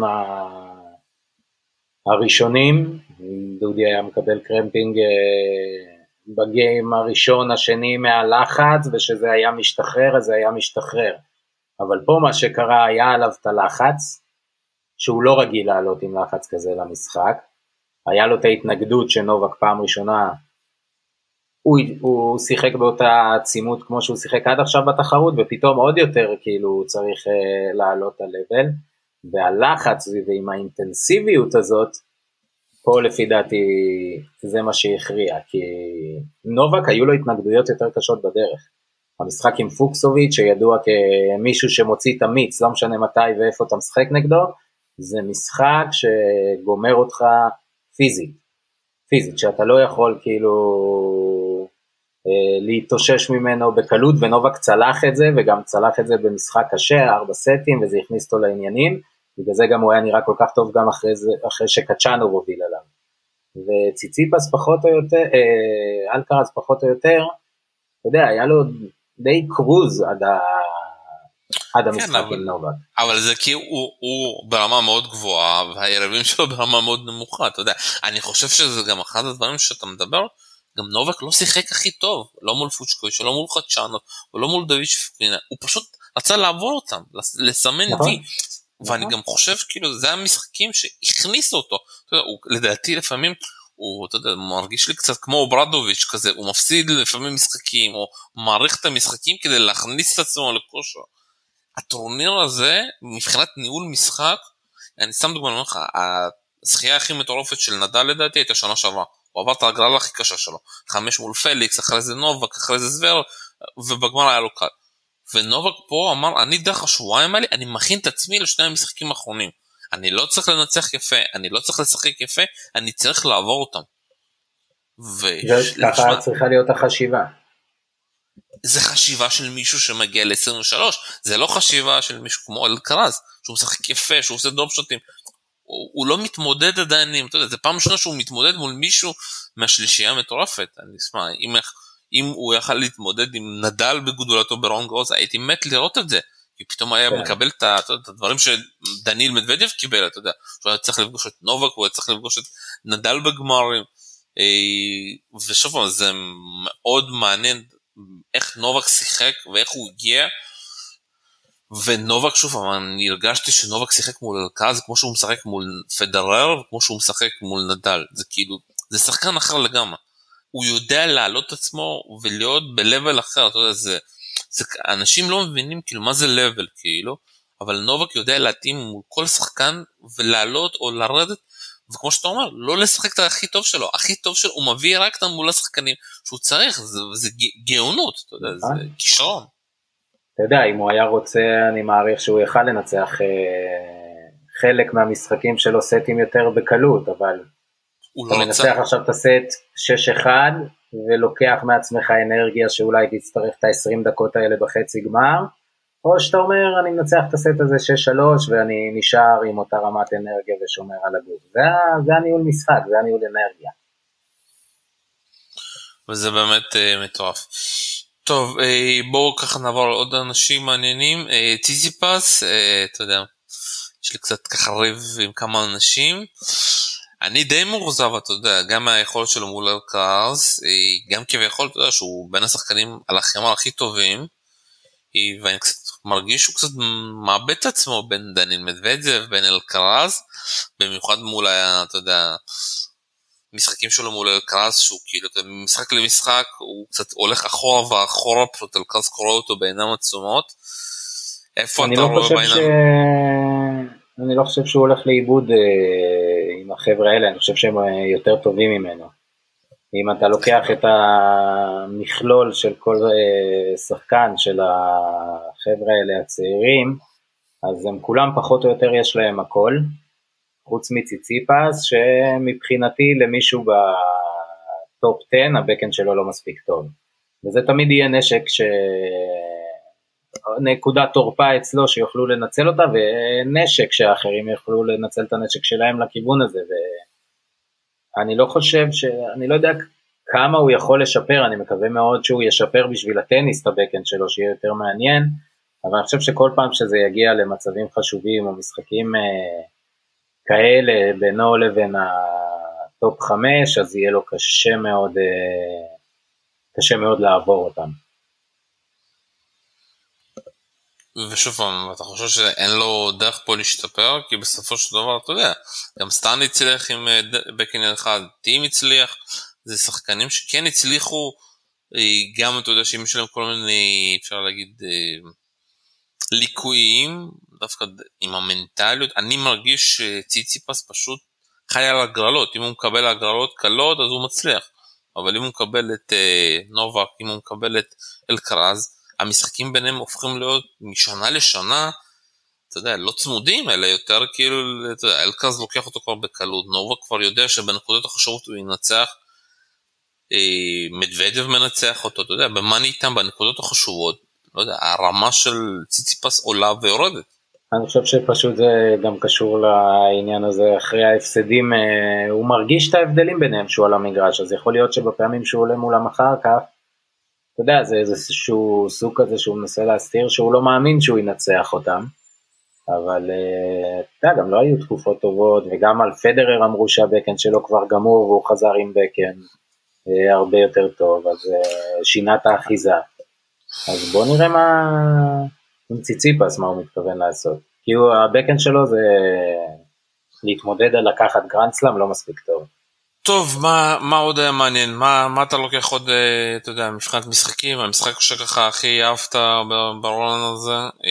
הראשונים, דודי היה מקבל קרמפינג בגיים הראשון, השני מהלחץ, ושזה היה משתחרר, אז זה היה משתחרר. אבל פה מה שקרה היה עליו את הלחץ, שהוא לא רגיל לעלות עם לחץ כזה למשחק, היה לו את ההתנגדות שנובק פעם ראשונה, הוא, הוא שיחק באותה עצימות כמו שהוא שיחק עד עכשיו בתחרות, ופתאום עוד יותר כאילו הוא צריך uh, לעלות הלבל, והלחץ ועם האינטנסיביות הזאת, פה לפי דעתי זה מה שהכריע, כי נובק היו לו התנגדויות יותר קשות בדרך, המשחק עם פוקסוביץ' שידוע כמישהו שמוציא את המיץ, לא משנה מתי ואיפה אתה משחק נגדו, זה משחק שגומר אותך פיזית, פיזית, שאתה לא יכול כאילו אה, להתאושש ממנו בקלות, ונובק צלח את זה, וגם צלח את זה במשחק קשה, ארבע סטים, וזה הכניס אותו לעניינים, בגלל זה גם הוא היה נראה כל כך טוב גם אחרי, זה, אחרי שקצ'אנו הוביל עליו. וציציפס פחות או יותר, אה, אלקרז פחות או יותר, אתה יודע, היה לו די קרוז עד ה... עד המשחק כן, עם נובק. אבל זה כי הוא, הוא ברמה מאוד גבוהה, והיריבים שלו ברמה מאוד נמוכה, אתה יודע. אני חושב שזה גם אחד הדברים שאתה מדבר, גם נובק לא שיחק הכי טוב, לא מול פוצ'קוביץ', לא מול חדשנוב, ולא מול דוד שפרינה, הוא פשוט רצה לעבור אותם, לסמן נכון. וי. ואני גם חושב, כאילו, זה המשחקים שהכניסו אותו. אתה יודע, הוא, לדעתי לפעמים, הוא, אתה יודע, מרגיש לי קצת כמו ברדוביץ' כזה, הוא מפסיד לפעמים משחקים, או מעריך את המשחקים כדי להכניס את עצמו לכושר. הטורניר הזה, מבחינת ניהול משחק, אני שם דוגמא, אני אומר לך, הזכייה הכי מטורפת של נדל לדעתי הייתה שנה שעברה, הוא עבר את ההגרלה הכי קשה שלו, חמש מול פליקס, אחרי זה נובק, אחרי זה זוור, ובגמר היה לו קל. ונובק פה אמר, אני דרך השבועיים האלה, אני מכין את עצמי לשני המשחקים האחרונים, אני לא צריך לנצח יפה, אני לא צריך לשחק יפה, אני צריך לעבור אותם. ככה צריכה להיות החשיבה. זה חשיבה של מישהו שמגיע ל-עשרים ושלוש, זה לא חשיבה של מישהו כמו אלקרז, שהוא משחק יפה, שהוא עושה דוב שוטים, הוא, הוא לא מתמודד עדיין, אתה יודע, זה פעם שונה שהוא מתמודד מול מישהו מהשלישייה המטורפת, אני אשמע, אם, אם הוא יכל להתמודד עם נדל בגדולתו ברון גרוז, הייתי מת לראות את זה, כי פתאום היה כן. מקבל את, את הדברים שדניל מדוודב קיבל, אתה יודע, שהוא היה צריך לפגוש את נובק, הוא היה צריך לפגוש את נדל בגמרים, ושוב, זה מאוד מעניין, איך נובק שיחק ואיך הוא הגיע, ונובק שוב, אני הרגשתי שנובק שיחק מול אלקרז כמו שהוא משחק מול פדרר וכמו שהוא משחק מול נדל, זה כאילו, זה שחקן אחר לגמרי, הוא יודע לעלות עצמו ולהיות בלבל אחר, אתה יודע, זה, זה, אנשים לא מבינים כאילו מה זה לבל, כאילו, אבל נובק יודע להתאים מול כל שחקן ולעלות או לרדת, וכמו שאתה אומר, לא לשחק את הכי טוב שלו, הכי טוב שלו, הוא מביא רק את מול השחקנים שהוא צריך, זה, זה גאונות, אתה יודע, זה כישרון. אתה יודע, אם הוא היה רוצה, אני מעריך שהוא יכל לנצח אה, חלק מהמשחקים שלו סטים יותר בקלות, אבל הוא אתה לא מנצח רוצה. עכשיו את הסט שש אחד, ולוקח מעצמך אנרגיה שאולי תצטרך את ה-עשרים דקות האלה בחצי גמר, או שאתה אומר, אני מנצח את הסט הזה שש שלוש, ואני נשאר עם אותה רמת אנרגיה ושומר על הגוף. זה, זה הניהול משחק, זה הניהול אנרגיה. וזה באמת uh, מטורף. טוב, uh, בואו ככה נעבור על עוד אנשים מעניינים. Uh, ציציפס, uh, אתה יודע, יש לי קצת ככה ריב עם כמה אנשים. אני די מורזב, אתה יודע, גם מהיכולת שלו מול אלקרז, גם כביכול, אתה יודע, שהוא בין השחקנים על החמר הכי טובים, ואני קצת מרגיש שהוא קצת מאבד את עצמו בין דניל מדוודב, בין אלקרז, במיוחד מול, אתה יודע, משחקים שלו מול אלקרז, שהוא כאילו, משחק למשחק, הוא קצת הולך אחורה ואחורה, פשוט אלקרז קורא אותו בעיניים עצומות. איפה אתה רואה בעיניים? אני לא חושב שהוא הולך לאיבוד עם החבר'ה האלה, אני חושב שהם יותר טובים ממנו. אם אתה לוקח את המכלול של כל שחקן של החבר'ה האלה הצעירים, אז הם כולם פחות או יותר יש להם הכל, חוץ מציציפס, שמבחינתי למישהו בטופ עשר, הבקן שלו לא מספיק טוב. וזה תמיד יהיה נשק ש... נקודת תורפה אצלו שיוכלו לנצל אותה, ונשק שאחרים יוכלו לנצל את הנשק שלהם לכיוון הזה, ואני לא חושב ש... אני לא יודע כמה הוא יכול לשפר, אני מקווה מאוד שהוא ישפר בשביל הטניס את הבקן שלו, שיהיה יותר מעניין, אבל אני חושב שכל פעם שזה יגיע למצבים חשובים, או משחקים אה, כאלה, בינו לבין הטופ חמש, אז יהיה לו קשה מאוד, אה, קשה מאוד לעבור אותם. ושוב פעם, אתה חושב שאין לו דרך פה להשתפר, כי בסופו של דבר, אתה יודע, גם סטן הצליח עם בקן אחד, טים הצליח, זה שחקנים שכן הצליחו, גם אתה יודע שאם יש להם כל מיני, אפשר להגיד, ליקויים, דווקא עם המנטליות, אני מרגיש שציציפס פשוט חי על הגרלות, אם הוא מקבל הגרלות קלות, אז הוא מצליח, אבל אם הוא מקבל את נובק, אם הוא מקבל את אלקרז, המשחקים ביניהם הופכים להיות משנה לשנה, אתה יודע, לא צמודים, אלא יותר כאילו, אתה יודע, אלקרז לוקח אותו כבר בקלות, נובק כבר יודע שבנקודות החשובות הוא ינצח, אה, מדוודב מנצח אותו, אתה יודע, במה ניתן בנקודות החשובות, לא יודע, הרמה של ציציפס עולה ויורדת. אני חושב שפשוט זה גם קשור לעניין הזה, אחרי ההפסדים, אה, הוא מרגיש את ההבדלים ביניהם שהוא על המגרש, אז יכול להיות שבפעמים שהוא עולה מולם אחר כך, אתה יודע, זה איזשהו סוג כזה שהוא מנסה להסתיר, שהוא לא מאמין שהוא ינצח אותם, אבל אתה יודע, גם לא היו תקופות טובות, וגם על פדרר אמרו שהבקן שלו כבר גמור, והוא חזר עם בקן הרבה יותר טוב, אז שינה את האחיזה. אז בוא נראה מה, עם ציציפס, מה הוא מתכוון לעשות. כי הבקן שלו זה להתמודד על לקחת גרנדסלאם, לא מספיק טוב. טוב, מה, מה עוד היה מעניין? מה, מה אתה לוקח עוד, אתה יודע, מבחינת משחקים? המשחק שככה הכי אהבת ברולן הזה?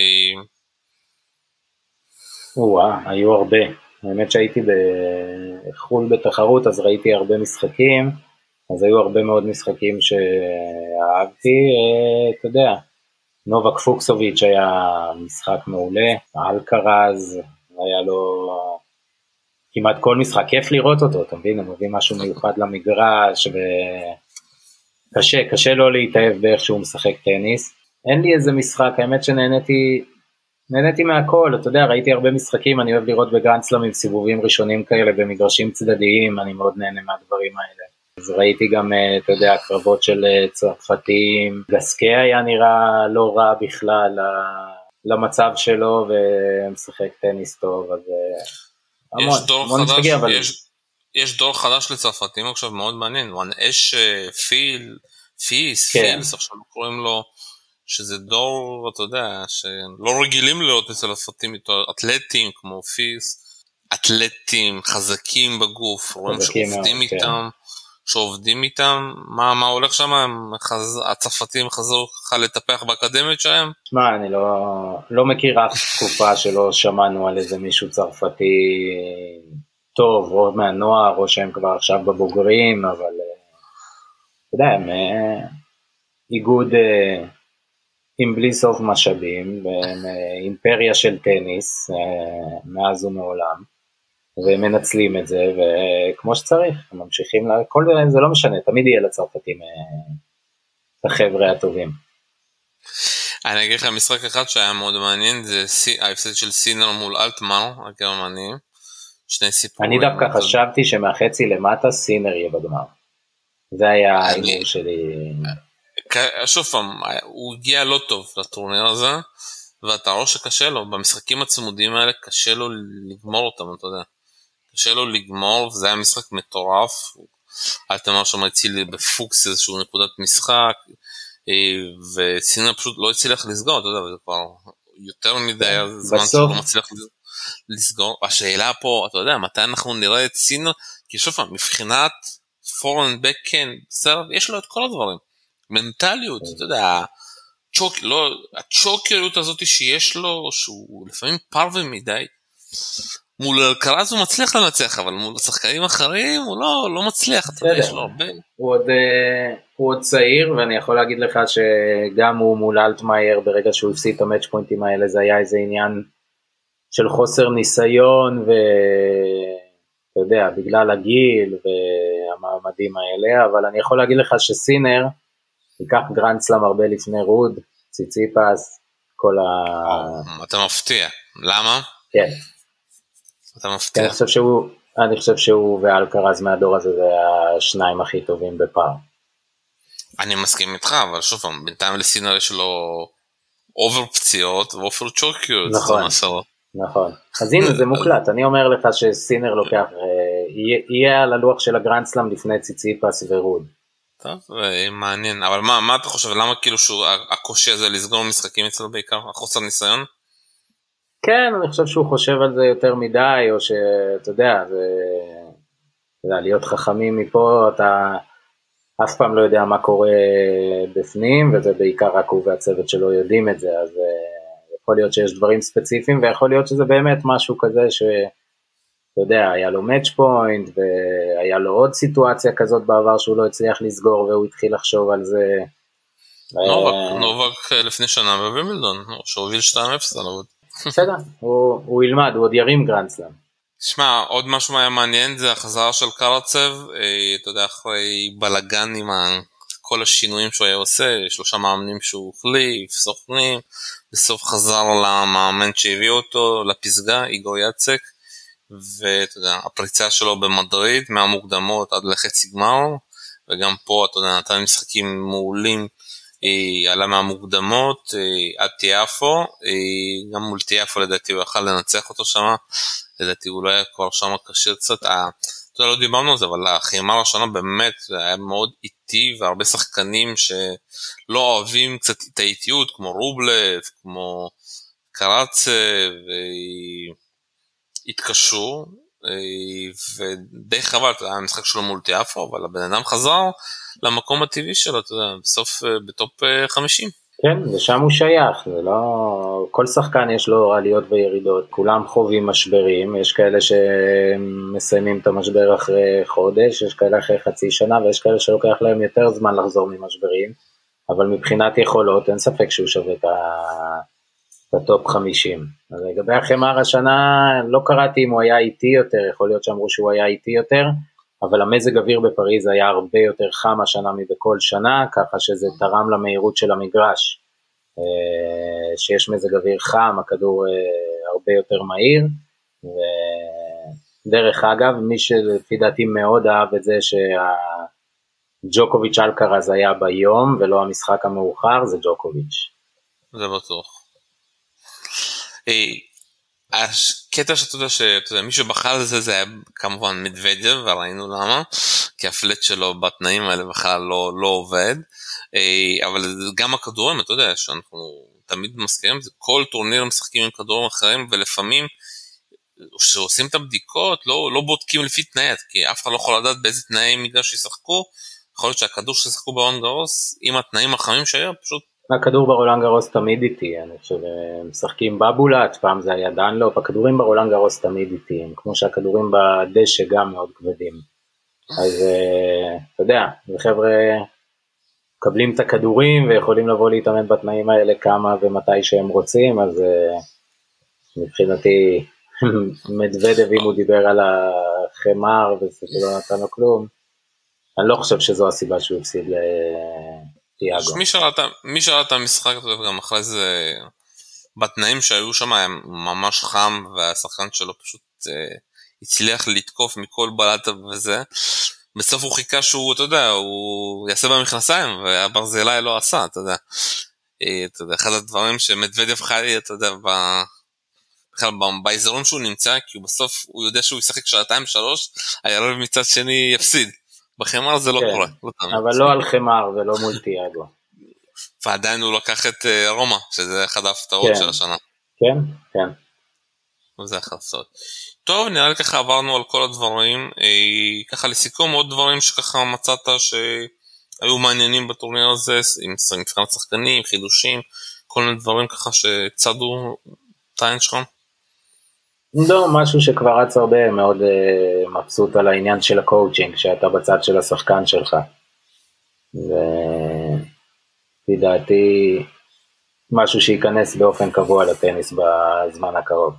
וואה, היו הרבה. האמת שהייתי בחול בתחרות, אז ראיתי הרבה משחקים, אז היו הרבה מאוד משחקים שאהבתי, אתה יודע, נובק פוקסוביץ' היה משחק מעולה, אלקרז, היה לו... כמעט כל משחק, כיף לראות אותו, אתה מבין, הם מביא משהו מיוחד למגרש, וקשה, קשה לא להתאהב באיך שהוא משחק טניס. אין לי איזה משחק, האמת שנהניתי, נהניתי מהכל, אתה יודע, ראיתי הרבה משחקים, אני אוהב לראות בגרנדסלאם עם סיבובים ראשונים כאלה, במגרשים צדדיים, אני מאוד נהנה מהדברים האלה. אז ראיתי גם, אתה יודע, קרבות של צרפתים, גסקי היה נראה לא רע בכלל למצב שלו, ומשחק טניס טוב, אז... יש דור, חדש, אבל... יש, יש דור חדש לצרפתים עכשיו מאוד מעניין, וואן אש פיל, פיס, כן. פילס, עכשיו קוראים לו, שזה דור, אתה יודע, שלא רגילים להיות מצרפתים איתו, אתלטים כמו פיס, אתלטים חזקים בגוף, רואים שעובדים איתם, שעובדים איתם, מה, מה הולך שם, חז... הצרפתים חזרו ככה לטפח באקדמיות שלהם? מה, אני לא, לא מכיר אף תקופה שלא שמענו על איזה מישהו צרפתי טוב, או מהנוער, או שהם כבר עכשיו בבוגרים, אבל אתה יודע, הם איגוד עם בלי סוף משאבים, והם אימפריה של טניס, מאז ומעולם, והם מנצלים את זה, וכמו שצריך, הם ממשיכים, כל זה לא משנה, תמיד יהיה לצרפתים את החבר'ה הטובים. אני אגיד לך, משחק אחד שהיה מאוד מעניין, זה ההפסד של סינר מול אלטמר, הגרמני, שני סיפורים. אני דווקא חשבתי שמהחצי למטה סינר יהיה בגמר. זה היה האימור שלי. שוב פעם, הוא הגיע לא טוב לטורניר הזה, ואתה רואה שקשה לו, במשחקים הצמודים האלה קשה לו לגמור אותם, אתה יודע. קשה לו לגמור, וזה היה משחק מטורף, אלטמר שם הציל בפוקס איזשהו נקודת משחק, וסינר פשוט לא הצליח לסגור, אתה יודע, וזה כבר יותר מדי זמן שהוא לא מצליח לסגור. השאלה פה, אתה יודע, מתי אנחנו נראה את סינר, כי שוב פעם, מבחינת פורן בקן, יש לו את כל הדברים, מנטליות, אתה יודע, הצ'וקריות הזאת שיש לו, שהוא לפעמים פרווה מדי, מול אלקרז הוא מצליח לנצח, אבל מול שחקנים אחרים הוא לא, לא מצליח, אתה יודע, יש לו הרבה. הוא עוד, הוא עוד צעיר, ואני יכול להגיד לך שגם הוא מול אלטמאייר, ברגע שהוא הפסיד את המאץ' פוינטים האלה, זה היה איזה עניין של חוסר ניסיון, ואתה יודע, בגלל הגיל והמעמדים האלה, אבל אני יכול להגיד לך שסינר, ייקח גרנד סלאם הרבה לפני רוד, ציציפס, כל ה... אתה מפתיע, למה? כן. אתה מפתיע. אני חושב שהוא, אני חושב שהוא ואלקרז מהדור הזה, זה השניים הכי טובים בפער. אני מסכים איתך, אבל שוב פעם, בינתיים לסינר יש לו אובר פציעות ואופר צ'וקיות. נכון, נכון. אז הנה זה מוקלט, אני אומר לך שסינר לוקח, יהיה על הלוח של הגרנד סלאם לפני ציציפס ורוד. טוב, מעניין, אבל מה, מה אתה חושב, למה כאילו שהוא, הקושי הזה לסגור משחקים אצלו בעיקר, החוסר ניסיון? כן, אני חושב שהוא חושב על זה יותר מדי, או שאתה יודע, זה, אתה יודע, להיות חכמים מפה, אתה אף פעם לא יודע מה קורה בפנים, וזה בעיקר רק הוא והצוות שלו יודעים את זה, אז יכול להיות שיש דברים ספציפיים, ויכול להיות שזה באמת משהו כזה ש... אתה יודע, היה לו מאץ' פוינט, והיה לו עוד סיטואציה כזאת בעבר שהוא לא הצליח לסגור, והוא התחיל לחשוב על זה. נובק, נובק לפני שנה בווימבלדון, שהוביל שתיים אפס על עבוד. בסדר, הוא ילמד, הוא עוד ירים גרנד סלאם. תשמע, עוד משהו היה מעניין, זה החזרה של קרצב, אתה יודע, אחרי בלגן עם כל השינויים שהוא היה עושה, שלושה מאמנים שהוא החליף, סוכנים, בסוף חזר למאמן שהביא אותו, לפסגה, איגור יצק, ואתה יודע, הפריצה שלו במדריד, מהמוקדמות עד לחצי גמר, וגם פה, אתה יודע, נתן משחקים מעולים, עלה מהמוקדמות, עד תיאפו, גם מול תיאפו לדעתי הוא יכל לנצח אותו שם, לדעתי הוא לא היה כבר שם קשה קצת, אתה יודע, לא דיברנו על זה, אבל החימר השנה באמת היה מאוד איטי, והרבה שחקנים שלא אוהבים קצת את האיטיות, כמו רובלב, כמו קרצה, והתקשו, ודי חבל, היה המשחק שלו מול תיאפו, אבל הבן אדם חזר למקום הטבעי שלו, אתה יודע, בסוף בטופ חמישים. כן, ושם הוא שייך, זה לא... כל שחקן יש לו עליות וירידות, כולם חווים משברים, יש כאלה שמסיימים את המשבר אחרי חודש, יש כאלה אחרי חצי שנה, ויש כאלה שלוקח להם יותר זמן לחזור ממשברים, אבל מבחינת יכולות, אין ספק שהוא שווה את ה... בטופ חמישים. אז לגבי החמר השנה, לא קראתי אם הוא היה איטי יותר, יכול להיות שאמרו שהוא היה איטי יותר, אבל המזג אוויר בפריז היה הרבה יותר חם השנה מבכל שנה, ככה שזה תרם למהירות של המגרש, שיש מזג אוויר חם, הכדור הרבה יותר מהיר, ודרך אגב, מי שלפי דעתי מאוד אהב את זה, שהג'וקוביץ' אלקרז היה ביום, ולא המשחק המאוחר, זה ג'וקוביץ'. זה בטוח. הקטע שאתה יודע שמי שבחר לזה זה היה כמובן מדוודב, וראינו למה, כי הפלט שלו בתנאים האלה בכלל לא, לא עובד, אבל גם הכדורים, אתה יודע שאנחנו תמיד מזכירים, כל טורניר משחקים עם כדורים אחרים, ולפעמים שעושים את הבדיקות, לא, לא בודקים לפי תנאי, כי אף אחד לא יכול לדעת באיזה תנאי מגרש שישחקו, יכול להיות שהכדור שישחקו ברולנד גרוס, עם התנאים החמים שהיו, פשוט... הכדור ברולנד גרוס תמיד איתי, אני חושב, משחקים בבולט, פעם זה היה דנלופ, הכדורים ברולנד גרוס תמיד איתי, כמו שהכדורים בדשא גם מאוד כבדים. אז אתה יודע, חבר'ה מקבלים את הכדורים ויכולים לבוא להתאמן בתנאים האלה כמה ומתי שהם רוצים, אז מבחינתי מדוודב אם הוא דיבר על החמר וזה לא נתן לו כלום, אני לא חושב שזו הסיבה שהוא הפסיד לתיאגו. מי שראה את המשחק גם אחרי זה, בתנאים שהיו שם היה ממש חם, והשחקן שלו פשוט הצליח לתקוף מכל בלט וזה, בסוף הוא חיכה שהוא, אתה יודע, הוא יעשה במכנסיים, והברזילי לא עשה, אתה יודע. אתה יודע, אחד הדברים שמדוודב חי, אתה יודע, בכלל באזורים שהוא נמצא, כי הוא בסוף, הוא יודע שהוא ישחק שעתיים שלוש, היריב מצד שני יפסיד. בחמר זה לא כן, קורה. לא אבל לא על חמר ולא מול תיאגו. ועדיין הוא לקח את רומא, שזה אחד ההפתעות כן. של השנה. כן, כן. וזה אחד הסוד. טוב, נראה לי ככה עברנו על כל הדברים, אה, ככה לסיכום עוד דברים שככה מצאת שהיו מעניינים בטורניר הזה, עם מבחינת שחקנים, חידושים, כל מיני דברים ככה שצדו את העין שלך? לא, משהו שכבר רץ הרבה, מאוד אה, מבסוט על העניין של הקואוצ'ינג, שאתה בצד של השחקן שלך. ולדעתי, משהו שייכנס באופן קבוע לטניס בזמן הקרוב.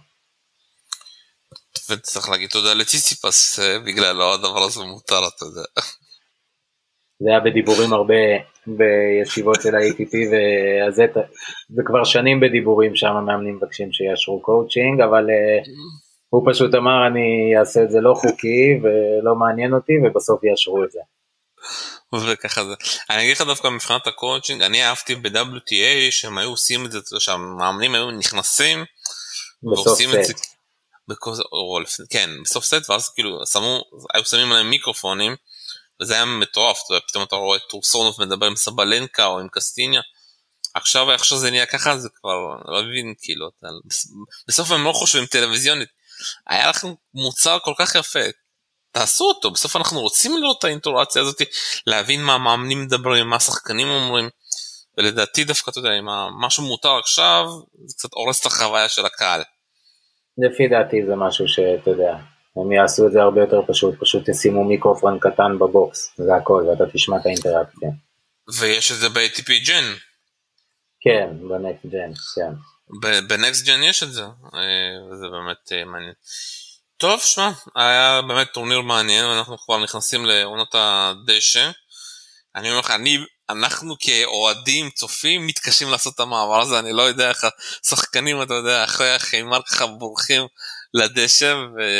וצריך להגיד תודה לציציפס, בגלל לא הדבר הזה מותר, אתה יודע. זה היה בדיבורים הרבה בישיבות של ה-איי טי פי, וזה כבר שנים בדיבורים שם, המאמנים מבקשים שיאשרו קואוצ'ינג, אבל הוא פשוט אמר אני אעשה את זה לא חוקי ולא מעניין אותי, ובסוף יאשרו את זה. וככה זה. אני אגיד לך דווקא מבחינת הקואוצ'ינג, אני אהבתי ב-דאבליו טי איי שהם היו עושים את זה, שהמאמנים היו נכנסים, ועושים את זה, או, כן, בסוף סט, ואז כאילו שמו, היו שמים עליהם מיקרופונים, וזה היה מטורף, פתאום אתה רואה את טורסונוב מדבר עם סבלנקה או עם קסטיניה, עכשיו איך שזה נהיה ככה, זה כבר לא מבין, כאילו, אתה, בסוף הם לא חושבים טלוויזיונית, היה לכם מוצר כל כך יפה, תעשו אותו, בסוף אנחנו רוצים לראות את האינטורציה הזאת, להבין מה המאמנים מדברים, מה השחקנים אומרים, ולדעתי דווקא, אתה יודע, אם משהו מותר עכשיו, זה קצת הורס את החוויה של הקהל. לפי דעתי זה משהו שאתה יודע, הם יעשו את זה הרבה יותר פשוט, פשוט ישימו מיקרופון קטן בבוקס, זה הכל, ואתה תשמע את האינטראקציה. ויש את זה ב-איי טי פי ג'ן. כן, בנקסט ג'ן, כן. בנקסט ג'ן יש את זה, וזה באמת מעניין. טוב, שמע, היה באמת טורניר מעניין, ואנחנו כבר נכנסים לעונת הדשא. אני אומר לך, אני, אנחנו כאוהדים, צופים, מתקשים לעשות את המעבר הזה, אני לא יודע איך השחקנים, אתה יודע, אחרי החיימר ככה בורחים לדשא,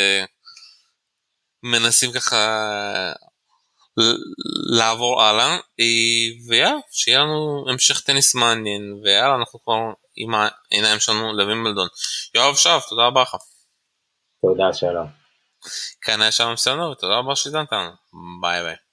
ומנסים ככה לעבור הלאה, ויאללה, שיהיה לנו המשך טניס מעניין, ויאללה, אנחנו כבר עם העיניים שלנו לווימבלדון. יואב שב, תודה רבה לך. תודה, שלום. כאן היה שם מסענו, ותודה רבה שהזמנתם. ביי ביי.